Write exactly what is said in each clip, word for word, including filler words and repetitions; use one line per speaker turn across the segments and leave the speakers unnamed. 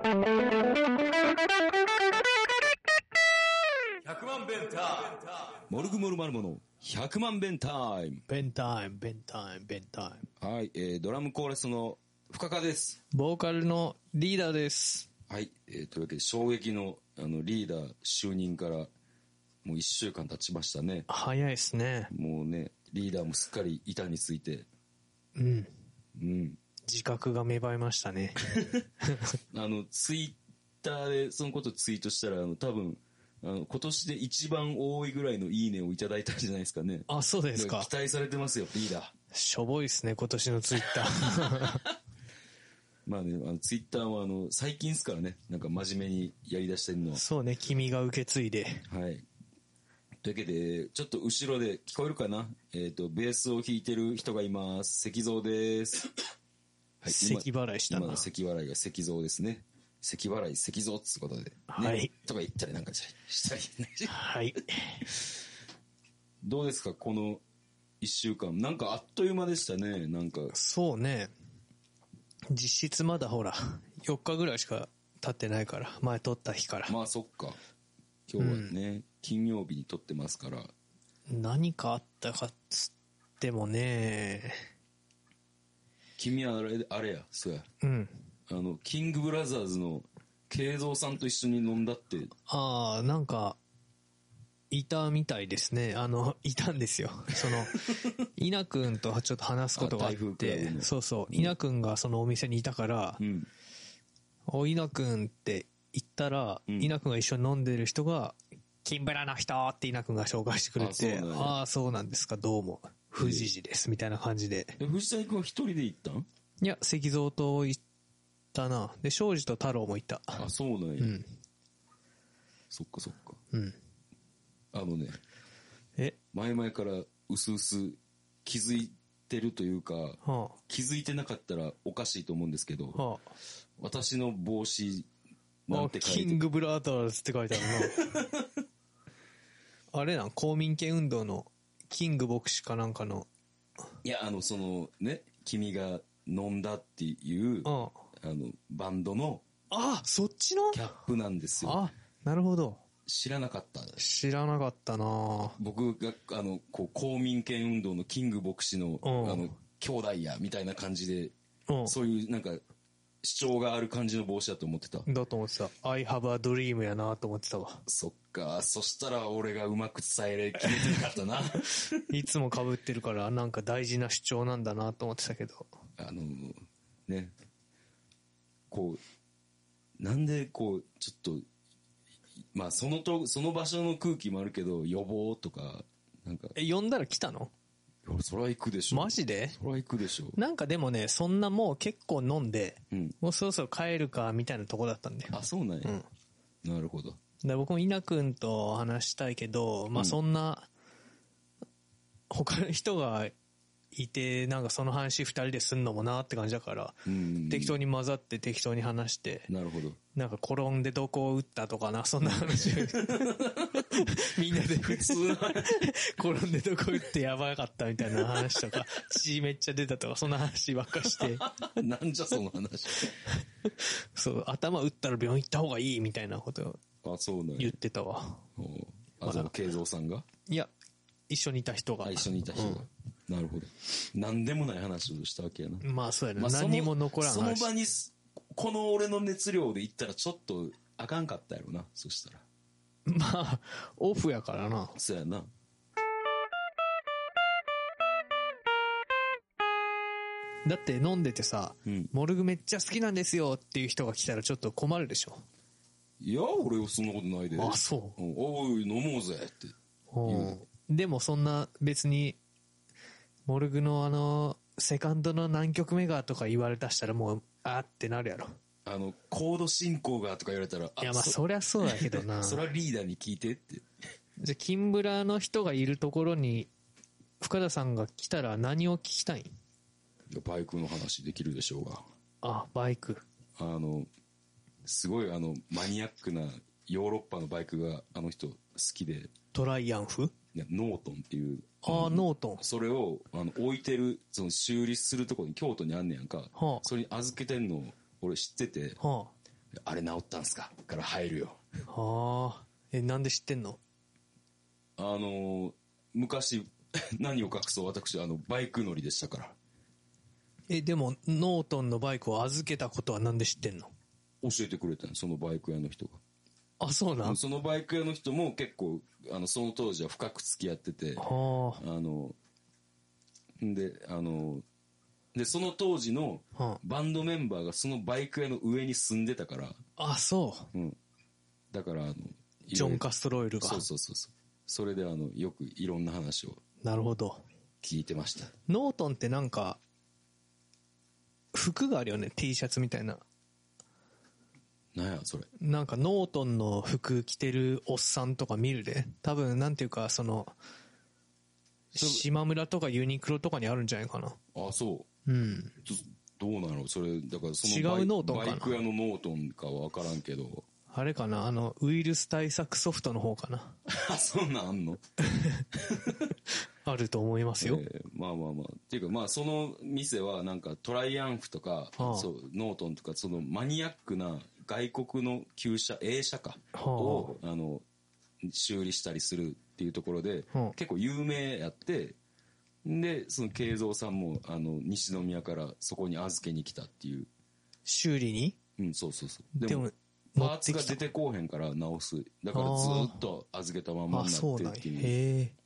ひゃくまん弁タイム。モルグモルマルモのひゃくまん弁タイム。
弁タイム、弁タイム、弁タイム。
はい、えー、ドラムコーラスの深川です。
ボーカルのリーダーです。
はい、えー、というわけで衝撃のあのリーダー就任からもういっしゅうかん経ちましたね。
早いですね。
もうね、リーダーもすっかり板について。
うん。
うん。
自覚が芽生えましたね。
あの、ツイッターでそのことツイートしたら、あの、多分、あの、今年で一番多いぐらいのいいねをいただいたんじゃないですかね。
あ、そうですか。
期待されてますよ、リーダー。
しょぼいっすね、今年のツイッター。
まあね、あの、ツイッターはあの、最近ですからね、なんか真面目にやり出してるのは。
そうね、君が受け継いで。
はい。というわけで、ちょっと後ろで聞こえるかな？えっと、ベースを弾いてる人がいます。石像です。
はい、咳払いしたな。
今の咳払いが石像ですね。咳払い石像ってことで、ね。
はい。
とか言ったりなんかしたり。
はい。
どうですか、この一週間。なんかあっという間でしたね、なんか。
そうね。実質まだほら、よっかぐらいしか経ってないから、前撮った日から。
まあそっか。今日はね、うん、金曜日に撮ってますから。
何かあったかっつってもね。
君はあれ、あれや、そうや。
うん。
あの、キングブラザーズの慶三さんと一緒に飲んだって。
ああ、なんか、いたみたいですね。あの、いたんですよ。その、稲くんとちょっと話すことがあって、ね、そうそう、稲くんがそのお店にいたから、うん、お、稲くんって言ったら、うん、稲くんが一緒に飲んでる人が、キンブラの人って稲くんが紹介してくれて、ああ、そうなんですか、どうも、藤次です、みたいな感じで。
え、藤谷くんは一人で行ったん？
いや、石像と行ったな。で、庄司と太郎もいた。
あ、そうなんや。うん。そっかそっか。
うん。
あのね、
え
前々からうすうす気づいてるというか、はあ、気づいてなかったらおかしいと思うんですけど、はあ、私の帽子なんて書いて、
キングブラザーズって書いてあるな。あれなん、公民権運動のキング牧師かなんかの。
いや、あの、そのね、君が飲んだっていう、ああ、あの、バンドの、
あ、そっちの
キャップなんですよ。
あ、なるほど。
知らなかった。
知らなかったな。
僕が、あの、こう、公民権運動のキング牧師の、あの、兄弟や、みたいな感じで、そういうなんか、主張がある感じの帽子だと思ってた。
だと思ってた。I have a dream やなと思ってたわ。
そっか。そしたら俺がうまく伝えれきれてなかったな。
いつも被ってるからなんか大事な主張なんだなと思ってたけど。
あの、ね。こう、なんでこう、ちょっと、まあそのと、その場所の空気もあるけど、予防とか、なんか。
え、呼んだら来たの？
そら行くでしょ。
マジで？
そら行くでしょ。
なんかでもね、そんなもう結構飲んで、うん、もうそろそろ帰るかみたいなとこだったんだよ。
あ、そうなんや。うん。なるほど。
で僕も稲くんと話したいけど、まあそんな、他の人がいて、なんかその話二人ですんのもなって感じだから、うん、適当に混ざって適当に話して、
なるほど。
なんか転んでどこを打ったとかな、そんな話みんなで普通転んでどこ打ってやばかったみたいな話とか、血めっちゃ出たとか、そんな話ばっかして。
なんじゃその話。
そう、頭打ったら病院行った方がいいみたいなことを言ってたわ。
あ、その慶三さんが？
いや、一緒にいた人が。
あ、一緒にいた人が。うん、なるほど。なんでもない話をしたわけやな。
まあそうやね。まあ、何にも残らん話。
その場に、この俺の熱量で行ったらちょっとあかんかったやろな、そしたら。
まあ、オフやからな。
そうやな。
だって飲んでてさ、うん、モルグめっちゃ好きなんですよっていう人が来たらちょっと困るでしょ。
いや、俺はそんなことないで。
あ、そう。
うん、おい、飲もうぜって言う。
でもそんな別に、モルグのあの、セカンドの何曲目がとか言われたしたらもう、あーってなるやろ。
あの、コード進行がとか言われたら、
いやまあそりゃそうだけどな。
そりゃリーダーに聞いてって。
じゃあ、キンブラの人がいるところに、深田さんが来たら何を聞きたいん？い
や、バイクの話できるでしょうが。
あ、バイク。
あの、すごいあの、マニアックなヨーロッパのバイクがあの人好きで。
トライアンフ？
いや、ノートンっていう。
ああ、ノートン。
それを、あの、置いてる、その修理するところに京都にあんねやんか。はあ、それに預けてんのを俺知ってて、はあ、 あれ治ったんすかから入るよ。
はあ。え、なんで知ってんの？
あのー、昔、何を隠そう、私、あの、バイク乗りでしたから。
え、でも、ノートンのバイクを預けたことはなんで知ってんの？
教えてくれたの、そのバイク屋の人が。
あ、そうなん？
そのバイク屋の人も結構、あの、その当時は深く付き合ってて、
は
あの、で、あの、で、その当時のバンドメンバーがそのバイク屋の上に住んでたから。
あ、そう。
うん。だから、あの、
ジョン・カストロイルが。
そうそうそうそう。それで、あの、よくいろんな話を。
なるほど。
聞いてました。
ノートンってなんか、服があるよね、T シャツみたいな。
なんや、それ。
なんかノートンの服着てるおっさんとか見るで。多分、なんていうか、その、島村とかユニクロとかにあるんじゃないかな。
あ、そ
う。うん。
どうなのそれ、だからその
違うノートンかな。
バイク屋のノートンかは分からんけど。
あれかな、あの、ウイルス対策ソフトの方かな。
あ、そんなんあんの
あると思いますよ。
えー、まあまあまあ。っていうか、まあその店はなんかトライアンフとか、はあ、そう、ノートンとか、そのマニアックな外国の旧車、A 車か、はあ、を、あの、修理したりするっていうところで、はあ、結構有名やって、で、その慶三さんも、あの、西宮からそこに預けに来たっていう。
修理に？
うん、そうそうそう。でも、でもパーツが出てこうへんから直す。だからずっと預けたままになってるっていう。
へえ。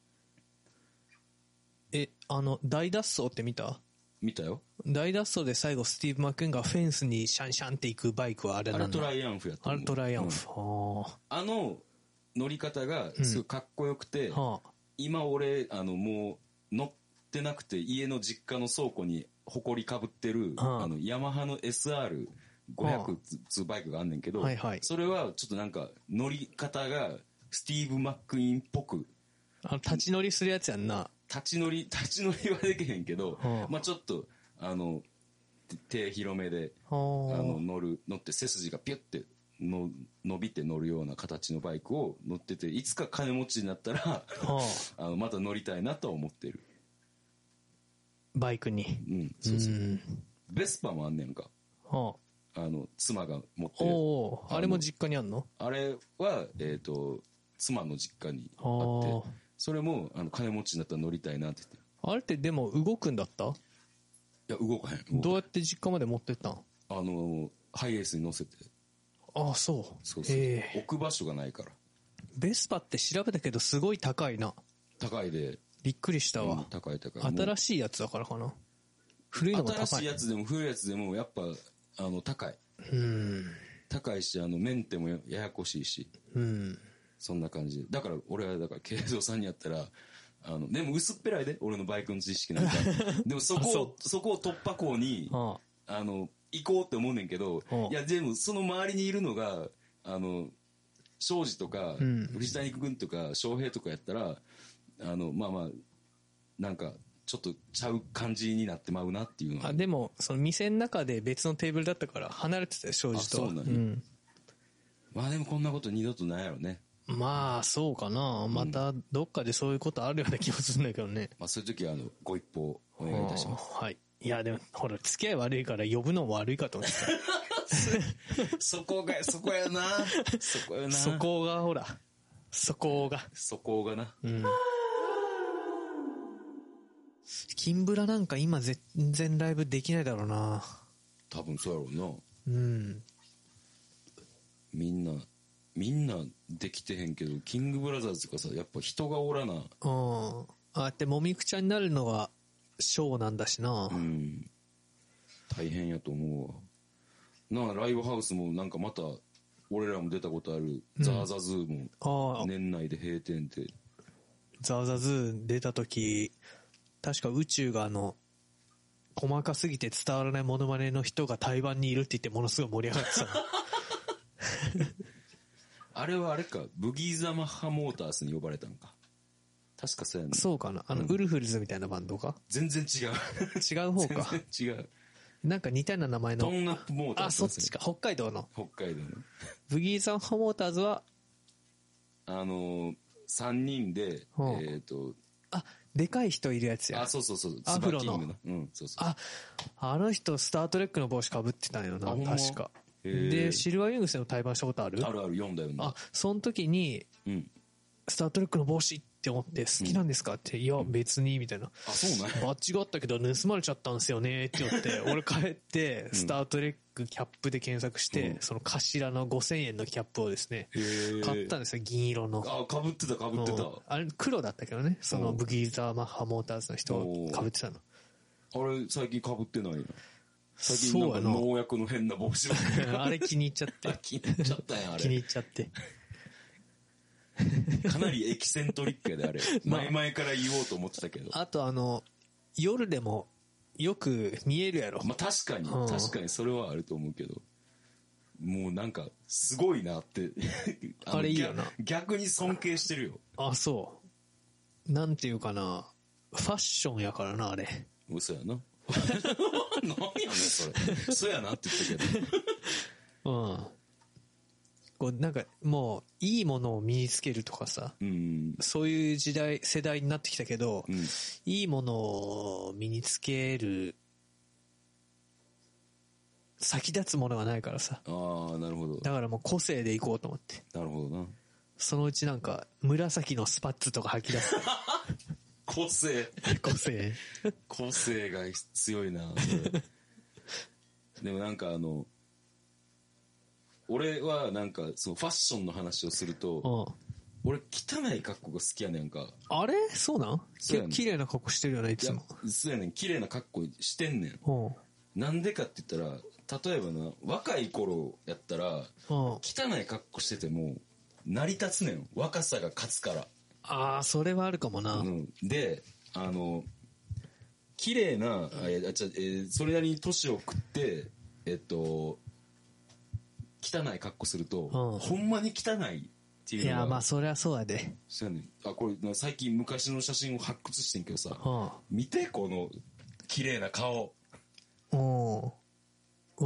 え、あの、大脱走って見た？
見たよ。
大脱走で最後スティーブ・マックンがフェンスにシャンシャンって行くバイクはあれなんだ？
あれトライアンフやった。
あれトライアンフ。
うん、あの乗り方がすごいかっこよくて、うんはあ、今俺、あの、もう乗ってなくて家の実家の倉庫に埃かぶってる、はあ、あの、ヤマハの エスアールごひゃく つうバイクがあんねんけど、はいはい、それはちょっとなんか乗り方がスティーブ・マックイーンっぽく。
あの立ち乗りするやつやんな。
立ち乗り、立ち乗りはできへんけど、はあ、まあちょっと、あの、手広めで、はあ、あの乗る、乗って背筋がピュッての伸びて乗るような形のバイクを乗ってて、いつか金持ちになったら、はあ、あのまた乗りたいなとは思ってる。
バイクに。
うん、そうそう。うベスパもあんねんか。はああの、妻が持ってる。
おー、あれも実家にあんの？
あれは、えっと、妻の実家にあって、それも、あの、金持ちになったら乗りたいなって言って。
あれってでも動くんだった？い
や、動かへん。動かへん。
どうやって実家まで持ってったん？
あの、ハイエースに乗せて。
ああ、そう。
そうそう。置く場所がないから。
ベスパって調べたけどすごい高いな。
高いで。
びっくりしたわ。うん、
高い高い。
新しいやつだからかな。古いのも高い。
新しいやつでも古いやつでもやっぱ、あの、高い。
うん。
高いし、あの、メンテもややこしいし。うん。そんな感じで。だから、俺は、だから、慶三さんにやったら、あの、でも薄っぺらいで、俺のバイクの知識なんか。でもそこを、そ, そこを突破口に、はあ、あの、行こうって思うねんけど、はあ、いや、でもその周りにいるのが、あの、庄司とか、うん、藤谷君とか、翔平とかやったら、あの、まあまあ、なんか、ちょっとちゃう感じになってまうなっていうのは。
あ、でも、その店の中で別のテーブルだったから離れてたよ、庄司とは。あ、そうなんや。うん。
まあでもこんなこと二度とないやろね。
まあ、そうかな。また、どっかでそういうことあるような気もするんだけどね。
まあそういう時は、あの、ご一報お願いいたします。
はい。いや、でも、ほら、付き合い悪いから呼ぶのも悪いかと思って
た。そこが、そこやな。そこやな。
そこが、ほら。そこが。
そこがな。うん。
キンブラなんか今全然ライブできないだろうな。
多分そうやろうな。
うん。
みんな、みんなできてへんけど、キングブラザーズとかさ、やっぱ人がおらな。うん。
ああってもみくちゃになるのがショーなんだしな。
うん。大変やと思うわ。なあ、ライブハウスもなんかまた、俺らも出たことある、ザーザズーも、年内で閉店って。
ザーザズー出た時、確か宇宙があの、細かすぎて伝わらないモノマネの人が台湾にいるって言ってものすごい盛り上がってた
あれはあれか、ブギーザマッハモータースに呼ばれたのか。確かそうやね。
そうかな。あの、うん、ウルフルズみたいなバンドか。
全然違う。
違う方か。
全然違う。
なんか似たような名前の。
トンアップモーターズ、
ね。あ、そっちか。北海道の。
北海道の。
ブギーザマッハモーターズは、
あのー、さんにんで、えっと、
あ、でかい人いるやつや。
あ、そうそうそう。
アフロの。
うん、そうそう。
あ、あの人、スタートレックの帽子かぶってたんよな、確か。 で、シルバーウィングスでも対バンしたことある？
あるある、読んだ読んだ。
あ、その時に、うん、スタートレックの帽子って思って好きなんですかって、うん、いや、別に、みたいな。
あ、そうなんや。
バッジがあったけど盗まれちゃったんですよねって言って、俺帰って、スタートレックキャップで検索して、うん、その頭のごせんえんのキャップをですね、買ったんですよ、銀色の。
あ、被ってた、被ってた。
あれ、黒だったけどね、そのブギーザーマッハモーターズの人が被ってたの。
あれ、最近被ってないな。最近なんか農薬の変な帽子
あれ気に入っちゃって。
気に入っちゃったんや、あれ。
気に入っちゃって。
かなりエキセントリックやで、あれ。前々から言おうと思ってたけど。
あとあの、夜でもよく見えるやろ。
まあ確かに、うん、確かにそれはあると思うけど。もうなんか、すごいなって。
あ, あれいいよな。
逆に尊敬してるよ。
あ、そう。なんていうかな。ファッションやからな、あれ。
嘘やな。何やねんそれ。そうやなって言ったけ
ど。うん。こうなんかもういいものを身につけるとかさ、うん、そういう時代世代になってきたけど、うん、いいものを身につける先立つものがないからさ。
ああ、なるほど。
だからもう個性でいこうと思って。
なるほどな。
そのうちなんか紫のスパッツとか履き出す。
個性。
個性。
個性が強いな。でもなんかあの、俺はなんかそのファッションの話をすると、俺汚い格好が好きやねんか。
あれそうなん？綺麗な格好してるよね、いつも。
そうやねん、綺麗な格好してんねん。なんでかって言ったら、例えばな、若い頃やったら、汚い格好してても成り立つねん。若さが勝つから。
ああ、それはあるかもな。
うん、で、あの、綺麗な、あ、え、じゃ、えー、それなりに年を食って、えっと、汚い格好すると、うん、ほんまに汚いっていうのが。
いや、まあ、そりゃそうやで。
そうやねん。あ、これ、最近昔の写真を発掘してんけどさ、うん、見て、この、綺麗な顔。
うん。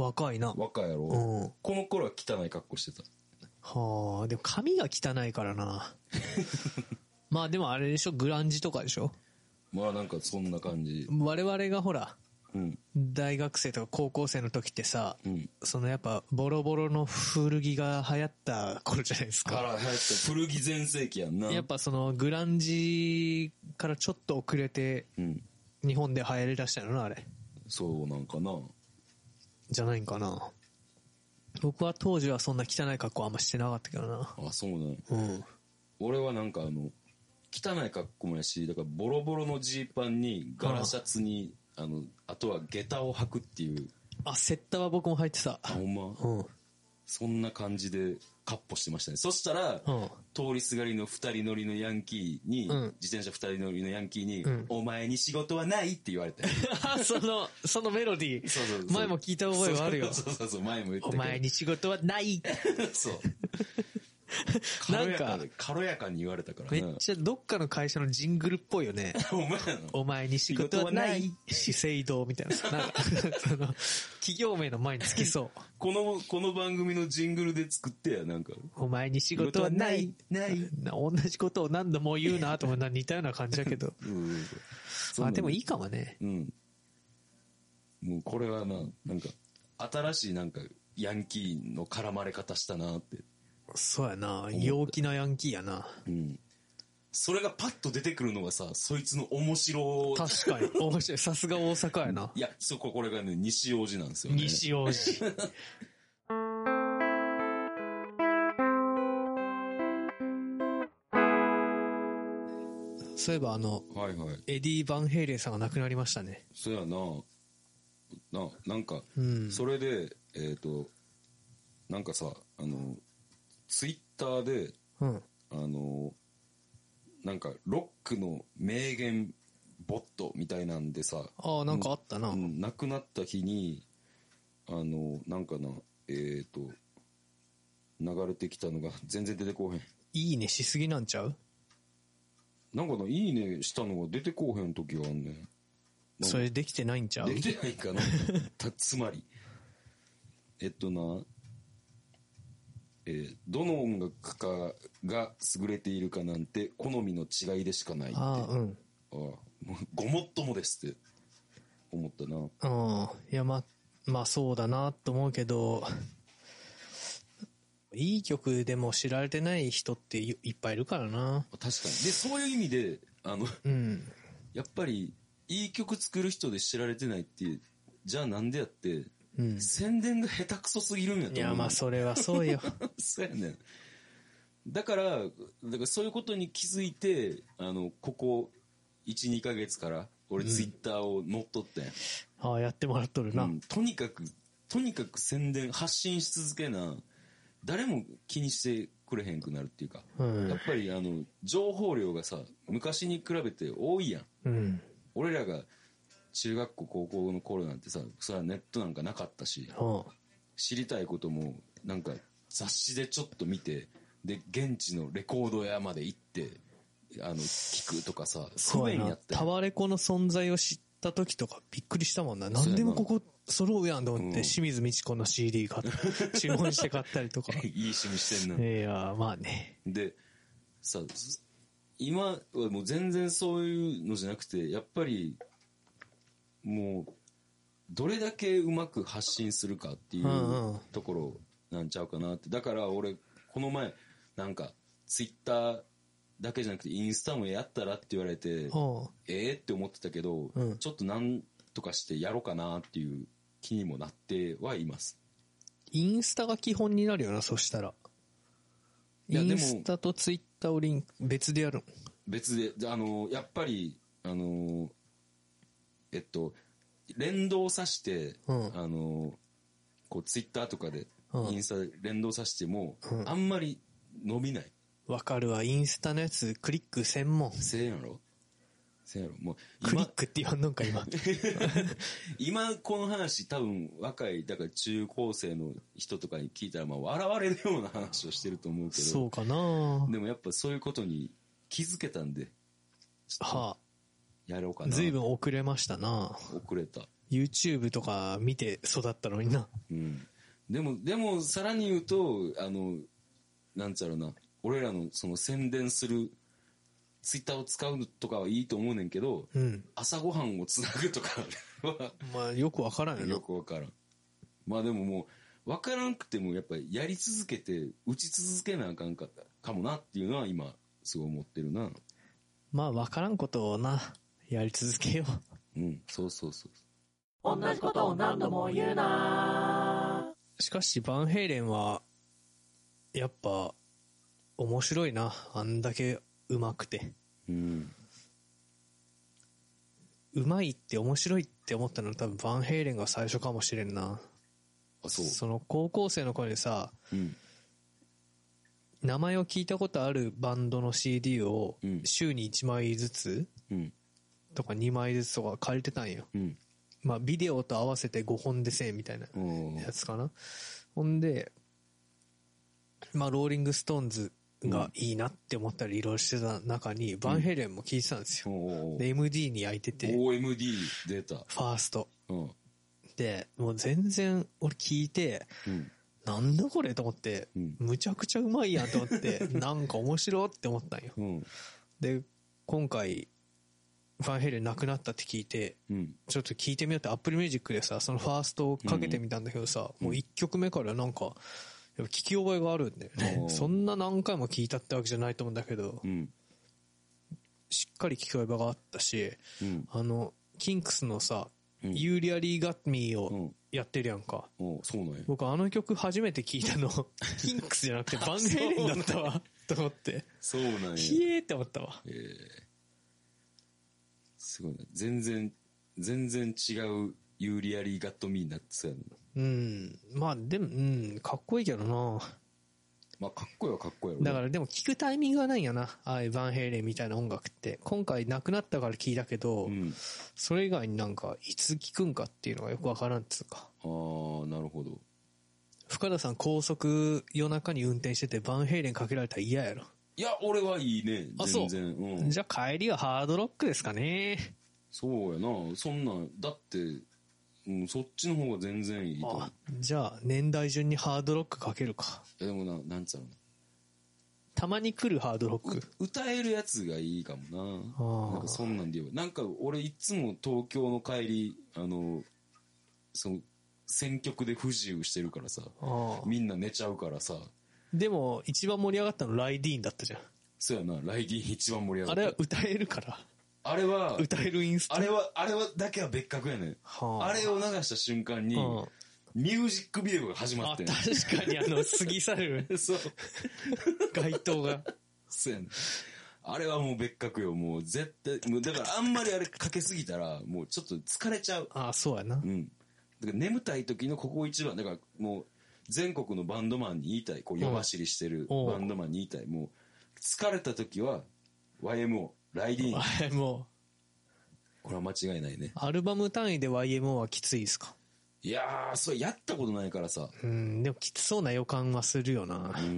若いな。
若いやろ。うん。この頃は汚い格好してた。
はあ、でも髪が汚いからな。まあでもあれでしょ、グランジとかでしょ。
まあなんかそんな感じ。
我々がほら、うん、大学生とか高校生の時ってさ、うん、そのやっぱボロボロの古着が流行った頃じゃないですか。
あら、流行った古着全盛期やんな。
やっぱそのグランジからちょっと遅れて、うん、日本で流行り出したのな、あれ。
そうなんかな。
じゃないんかな。僕は当時はそんな汚い格好あんましてなかったけどな。
あ、そうね。うん。俺はなんかあの、汚い格好もやし、だからボロボロのジーパンにガラシャツに、あの、あとは下駄を履くっていう。
あ、セッタは僕も履いてた。
あ、ほんま？うん。そんな感じでカッポしてましたね。そしたら、うん、通りすがりの二人乗りのヤンキーに、うん、自転車二人乗りのヤンキーに、うん、お前に仕事はないって言われて。
その、そのメロディー。そうそうそう。前も聞いた覚えはあるよ。
そうそうそう、前も言った
けど。お前に仕事はない
そう。軽やかで、軽やかに言われたから
ね。めっちゃどっかの会社のジングルっぽいよね。
お前の
お前に仕事はない資生堂みたいな。なんか、その、企業名の前につきそう。
この、この番組のジングルで作ってや、なんか。
お前に仕事はない。ない。同じことを何度も言うなとも似たような感じだけど。うん。あ、でもいいかもね。うん。
もうこれはな、なんか、新しいなんか、ヤンキーの絡まれ方したなって。
そうやな。陽気なヤンキーやな。うん。
それがパッと出てくるのがさ、そいつの面白。
確かに。面白い。さすが大阪やな。
いや、そこ、これがね、西大路なんですよね。
西大路。そういえばあの、はいはい、エディ・バンヘイレンさんが亡くなりましたね。
そうやな。な、なんか、うん、それで、えっと、なんかさ、あの、ツイッターで、うん、あの、なんか、ロックの名言ボットみたいなんでさ、
ああ、なんかあったな。
うん、亡くなった日に、あの、なんかな、えっ、ー、と、流れてきたのが全然出てこうへん。
いいねしすぎなんちゃう？
なんかな、いいねしたのが出てこうへん時があんねん。
それできてないんちゃう？
できてないかな。つまり。えっとな、えー、どの音楽家が優れているかなんて好みの違いでしかないって。ああ、うん。ああ、ごもっともですって思ったな。
うん。いや、ま、まあそうだなと思うけど、 いい曲でも知られてない人っていっぱいいるからな。
確かに。で、そういう意味で、あの、
うん、
やっぱり、いい曲作る人で知られてないって、じゃあなんでやって、うん、宣伝が下手くそすぎるんやと思う。
いや、まあそれはそうよ。
そうやねん。だから、だからそういうことに気づいて、あの、ここいち、にかげつから、俺ツイッターを乗っ取ってん。うん、
ああ、やってもらっとるな、
うん。とにかく、とにかく宣伝、発信し続けな、誰も気にしてくれへんくなるっていうか、うん、やっぱりあの、情報量がさ、昔に比べて多いやん。うん、俺らが中学校、高校の頃なんてさ、それはネットなんかなかったし、うん、知りたいことも、なんか雑誌でちょっと見て、で、現地のレコード屋まで行って、あの、聞くとかさ、
そうやな。タワレコの存在を知った時とかびっくりしたもんな。何でもここ揃うやんと思って、うん、清水ミチコの シーディー 買って、注文して買ったりとか。
いい趣味してんな。
いや、まあね。
で、さ、今はもう全然そういうのじゃなくて、やっぱり、もう、どれだけうまく発信するかっていうところなんちゃうかなって。だから俺、この前、なんか、ツイッターだけじゃなくてインスタもやったらって言われて、ええって思ってたけど、うん、ちょっとなんとかしてやろうかなっていう気にもなってはいます。
インスタが基本になるよな、そしたら。インスタとツイッターをリンク、別でやるの？
別で、あの、やっぱり、あの、えっと、連動させて、うん、あの、こうツイッターとかで、インスタで連動させても、うん、あんまり伸びない。
わかるわ。インスタのやつクリックせんもん。
せんやろせんやろもう
クリックって言わんのんか今。
今この話多分若い、だから中高生の人とかに聞いたらまあ笑われるような話をしてると思うけど。
そうかな。
でもやっぱそういうことに気づけたんで。
はあ。
やろうかな。
ずいぶん遅れましたな。
遅れた。
YouTube とか見て育ったのにな。
うん。でも、でもさらに言うと、あの、なんちゃろうな。俺らのその宣伝するツイッターを使うとかはいいと思うねんけど、うん、朝ごはんをつなぐとかは
まあよくわからんよな。
よくわからん。まあでももうわからんくてもやっぱりやり続けて打ち続けなあかんかったかもなっていうのは今すごい思ってるな。
まあわからんことをなやり続けよ
う。うん、そうそうそう。
同じことを何度も言うな。
しかしバンヘイレンはやっぱ面白いな。あんだけ上手くて。うん。上手いって面白いって思ったのは多分バンヘイレンが最初かもしれんな。
あ、そう。
その高校生の頃にさ、うん、名前を聞いたことあるバンドの シーディー を週にいちまいずつ、うん、とかにまいずつとか借りてたんよ。うん、まあビデオと合わせてごほんでせんみたいなやつかな。ほんで、まあローリングストーンズがいいなって思ったりいろいろしてた中に、バンヘイレンも聞いてたんですよ。うん、で、エムディー に焼いてて。
おー、エムディー 出た。
ファースト。うん、で、もう全然俺聞いて、うん、なんだこれと思って、うん、むちゃくちゃうまいやんと思って、なんか面白って思ったんよ。うん、で、今回、バンヘイレン亡くなったって聞いて、うん、ちょっと聞いてみようって Apple Music でさ、そのファーストをかけてみたんだけどさ、うん、もういっきょくめからなんか、聞き覚えがあるんだよね。そんな何回も聞いたってわけじゃないと思うんだけど、うん、しっかり聞き覚えがあったし、うん、あの、キンクスのさ、うん、You Really Got Me をやってるやんか。
うん、そうなんや。
僕あの曲初めて聞いたの、キンクスじゃなくてバンヘイレンだったわ、と思って。
そうなんや。
ひえーって思ったわ。え
ー、すごいね。全然、全然違う You Really Got Me になってたやん。
うん。まあ、でも、うん、かっこいいけどな。
まあ、かっこいいはかっこいいやろ。
だから、でも聞くタイミングがないんやな。ああいうバンヘイレンみたいな音楽って。今回亡くなったから聞いたけど、うん、それ以外になんか、いつ聞くんかっていうのがよくわからんっつうか。
ああ、なるほど。
深田さん、高速夜中に運転しててバンヘイレンかけられたら嫌やろ。
いや、俺はいいね。
あ、
全
然。
そう。うん、
じゃあ帰りはハードロックですかね。
そうやな。そんな、だって、うん、そっちの方が全然いいと思う。あ、
じゃあ年代順にハードロックかけるか。
いやでもな、なんつうの、
たまに来るハードロック。
歌えるやつがいいかもな。なんかそんなんで言えば。なんか俺いつも東京の帰り、あの、その、選曲で不自由してるからさ、みんな寝ちゃうからさ、
でも一番盛り上がったのライディーンだったじゃん。
そうやな、ライディーン一番盛り上がった。
あれは歌えるから。
あれは、
歌えるインスト。
あれは、あれはだけは別格やねん。はあ、あれを流した瞬間に、はあ、ミュージックビデオが始まってん。
あ、確かにあの、過ぎ去る。
そう。
街灯が。
そうやねん。あれはもう別格よ。もう絶対、もうだからあんまりあれかけすぎたら、もうちょっと疲れちゃう。
ああ、そうやな。
うん。だから眠たい時のここ一番、だからもう全国のバンドマンに言いたい。こう夜走りしてるバンドマンに言いたい。もう疲れた時は ワイエムオー、ライディーン。
ワイエムオー。
これは間違いないね。
アルバム単位で ワイエムオー はきついですか？
いやー、それやったことないからさ。
うん、でもきつそうな予感はするよな。
うん。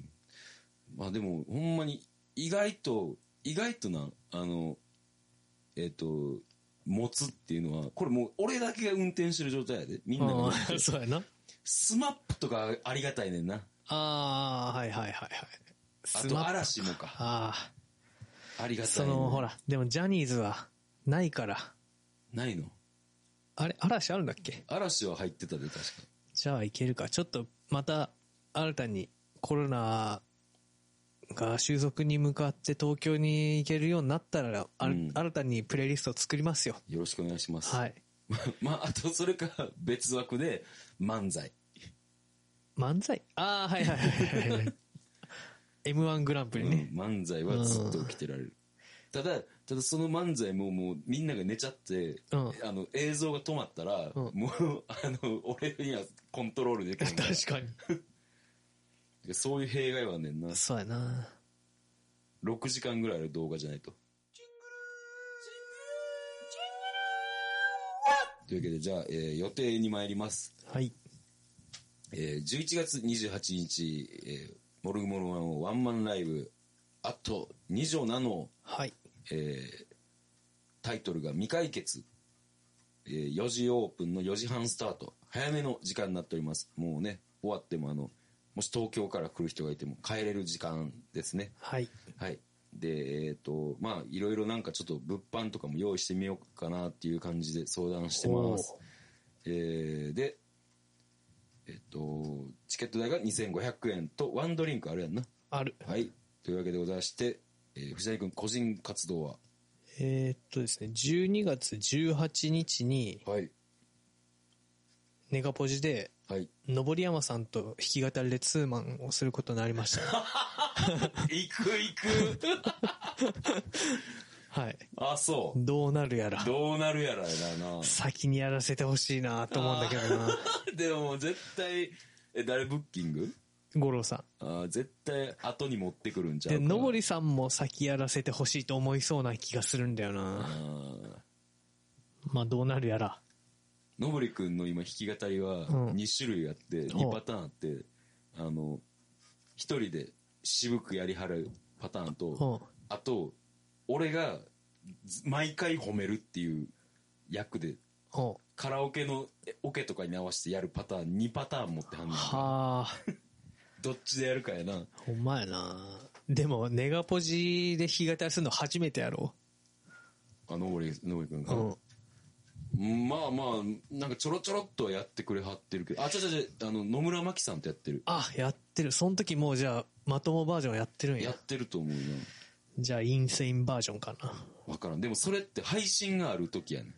まあでも、ほんまに、意外と、意外とな、あの、えっと、持つっていうのは、これもう俺だけが運転してる状態やで。みんなが。
そうやな。
スマップとかありがたいねんな。
ああ、はいはいはいはい。
あと嵐もか。
あ
あ。ありがたい、ね。
その、ほら、でもジャニーズはないから。
ないの？
あれ、嵐あるんだっけ？
嵐は入ってたで、確か。
じゃあいけるか。ちょっと、また、新たにコロナが収束に向かって東京に行けるようになったら、うん、新たにプレイリストを作りますよ。
よろしくお願いします。
はい。
まあ、あと、それか、別枠で、漫才。
漫才？ああ、はいはいはいはい。エムワン グランプリね、
うん。漫才はずっと起きてられる。ただ、ただその漫才ももうみんなが寝ちゃって、うん、あの映像が止まったら、うん、もうあの俺にはコントロールできない。
確か
に。そういう弊害はねんな。
そうやな。
ろくじかんぐらいある動画じゃないと。というわけでじゃあ、えー、予定に参ります。
はい。
えー、じゅういちがつにじゅうはちにち、えー、モルグモルマンワンマンライブあとにじょうなの。
はい。
えー、タイトルが未解決、えー、よじオープンのよじはんスタート、早めの時間になっております。もうね、終わってもあのもし東京から来る人がいても帰れる時間ですね。
はい
はい。でえっ、ー、とまあいろいろなんかちょっと物販とかも用意してみようかなっていう感じで相談してます。えー、でえっ、ー、とチケット代がにせんごひゃくえんとワンドリンクあるやんな。
ある。
はい。というわけでございまして、えー、藤谷君個人活動は
えー、っとですね、じゅうにがつじゅうはちにちに、
はい、
ネガポジで、
はい、
登山さんと弾き語りでツーマンをすることになりました。
行く行く
はい。
あ、そう。
どうなるやら。
どうなるやらやな。
先にやらせてほしいなと思うんだけどな。
でも絶対、え、誰ブッキング？
五郎さ
ん。あ、絶対後に持ってくるんちゃうか。
で、のぼりさんも先やらせてほしいと思いそうな気がするんだよな。あ、まあどうなるやら。
のぼりくんの今弾き語りはにしゅるいあって、うん、にパターンあって、あの、一人で渋くやりはるパターンと、あと、俺が毎回褒めるっていう役で、カラオケのオケとかに合わせてやるパターンにパターン持ってはんねん。はあ。どっちでやるかやな。
ほんまやな。でもネガポジで弾き語りするの初めてやろ。
あ、のぼりのぼりくんが、うん、まあまあなんかちょろちょろっとやってくれはってるけど、あ、ちゃちゃちゃ、あの野村真紀さんとやってる。
あ、やってる。その時もうじゃあまともバージョンやってるんや。
やってると思うな。
じゃあインセインバージョンかな。
わからん。でもそれって配信がある時やねん。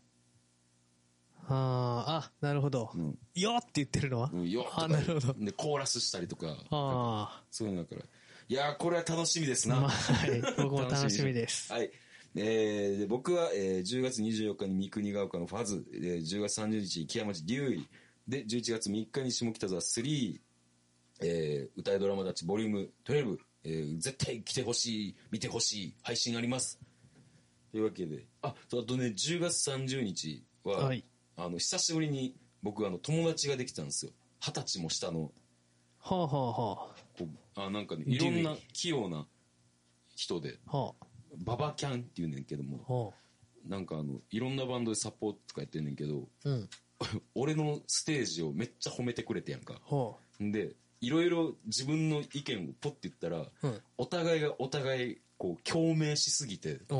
ああ、なるほど。うん、よって言ってるのは、うん、よ
あ、なるほど。で、コーラスしたりとか。ああ。そういうのだから。いやー、これは楽しみですな。まあ、
はい。僕も楽しみです。
はい。えー、で僕は、えー、じゅうがつにじゅうよっかに三国ヶ丘のファズ、えー、じゅうがつさんじゅうにちに木屋町竜医、で、じゅういちがつみっかに下北沢スリー、えー、歌いドラマたちボリュームじゅうに、えー、絶対来てほしい、見てほしい、配信あります。というわけで、あ、あとね、じゅうがつさんじゅうにちは、はい、あの久しぶりに僕あの友達ができたんですよ。二十歳も下の。
はあはあは
あ。あ、なんかね、いろんな器用な人で、はあ、ババキャンって言うねんけども、はあ、なんかあのいろんなバンドでサポートとかやってんねんけど、うん、俺のステージをめっちゃ褒めてくれてやんか。はあ、でいろいろ自分の意見をポッて言ったら、うん、お互いがお互いこう共鳴しすぎて、うん、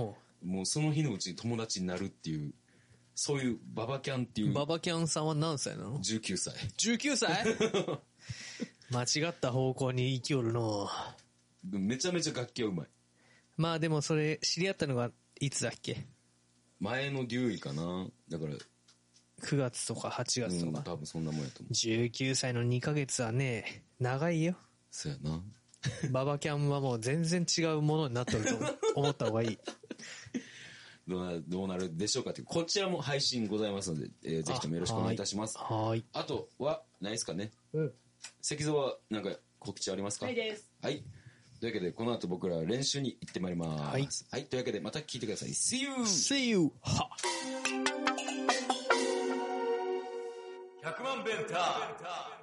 もうその日のうちに友達になるっていう。そういうババキャンっていう。
ババキャンさんは何歳なの？
じゅうきゅうさい。
じゅうきゅうさい間違った方向に生きおるの。
めちゃめちゃ楽器はうまい。
まあでもそれ知り合ったのがいつだっけ？
前のデューイかな。だから
くがつとかはちがつとか、
うん、多分そんなもんやと思う。
じゅうきゅうさいのにかげつはね長いよ。
そうやな。
ババキャンはもう全然違うものになってると思った方がいい。
どうなる、どうなるでしょうかっていう、こちらも配信ございますので、えー、ぜひともよろしくお願いいたします。
はい。
あとはないですかね。
うん。
石像はなんか告知ありますか？
ないです。
はい。というわけでこの後僕ら練習に行ってまいります。
はい。
はい。というわけでまた聞いてください。See you!
See you! は
ひゃくまんベンター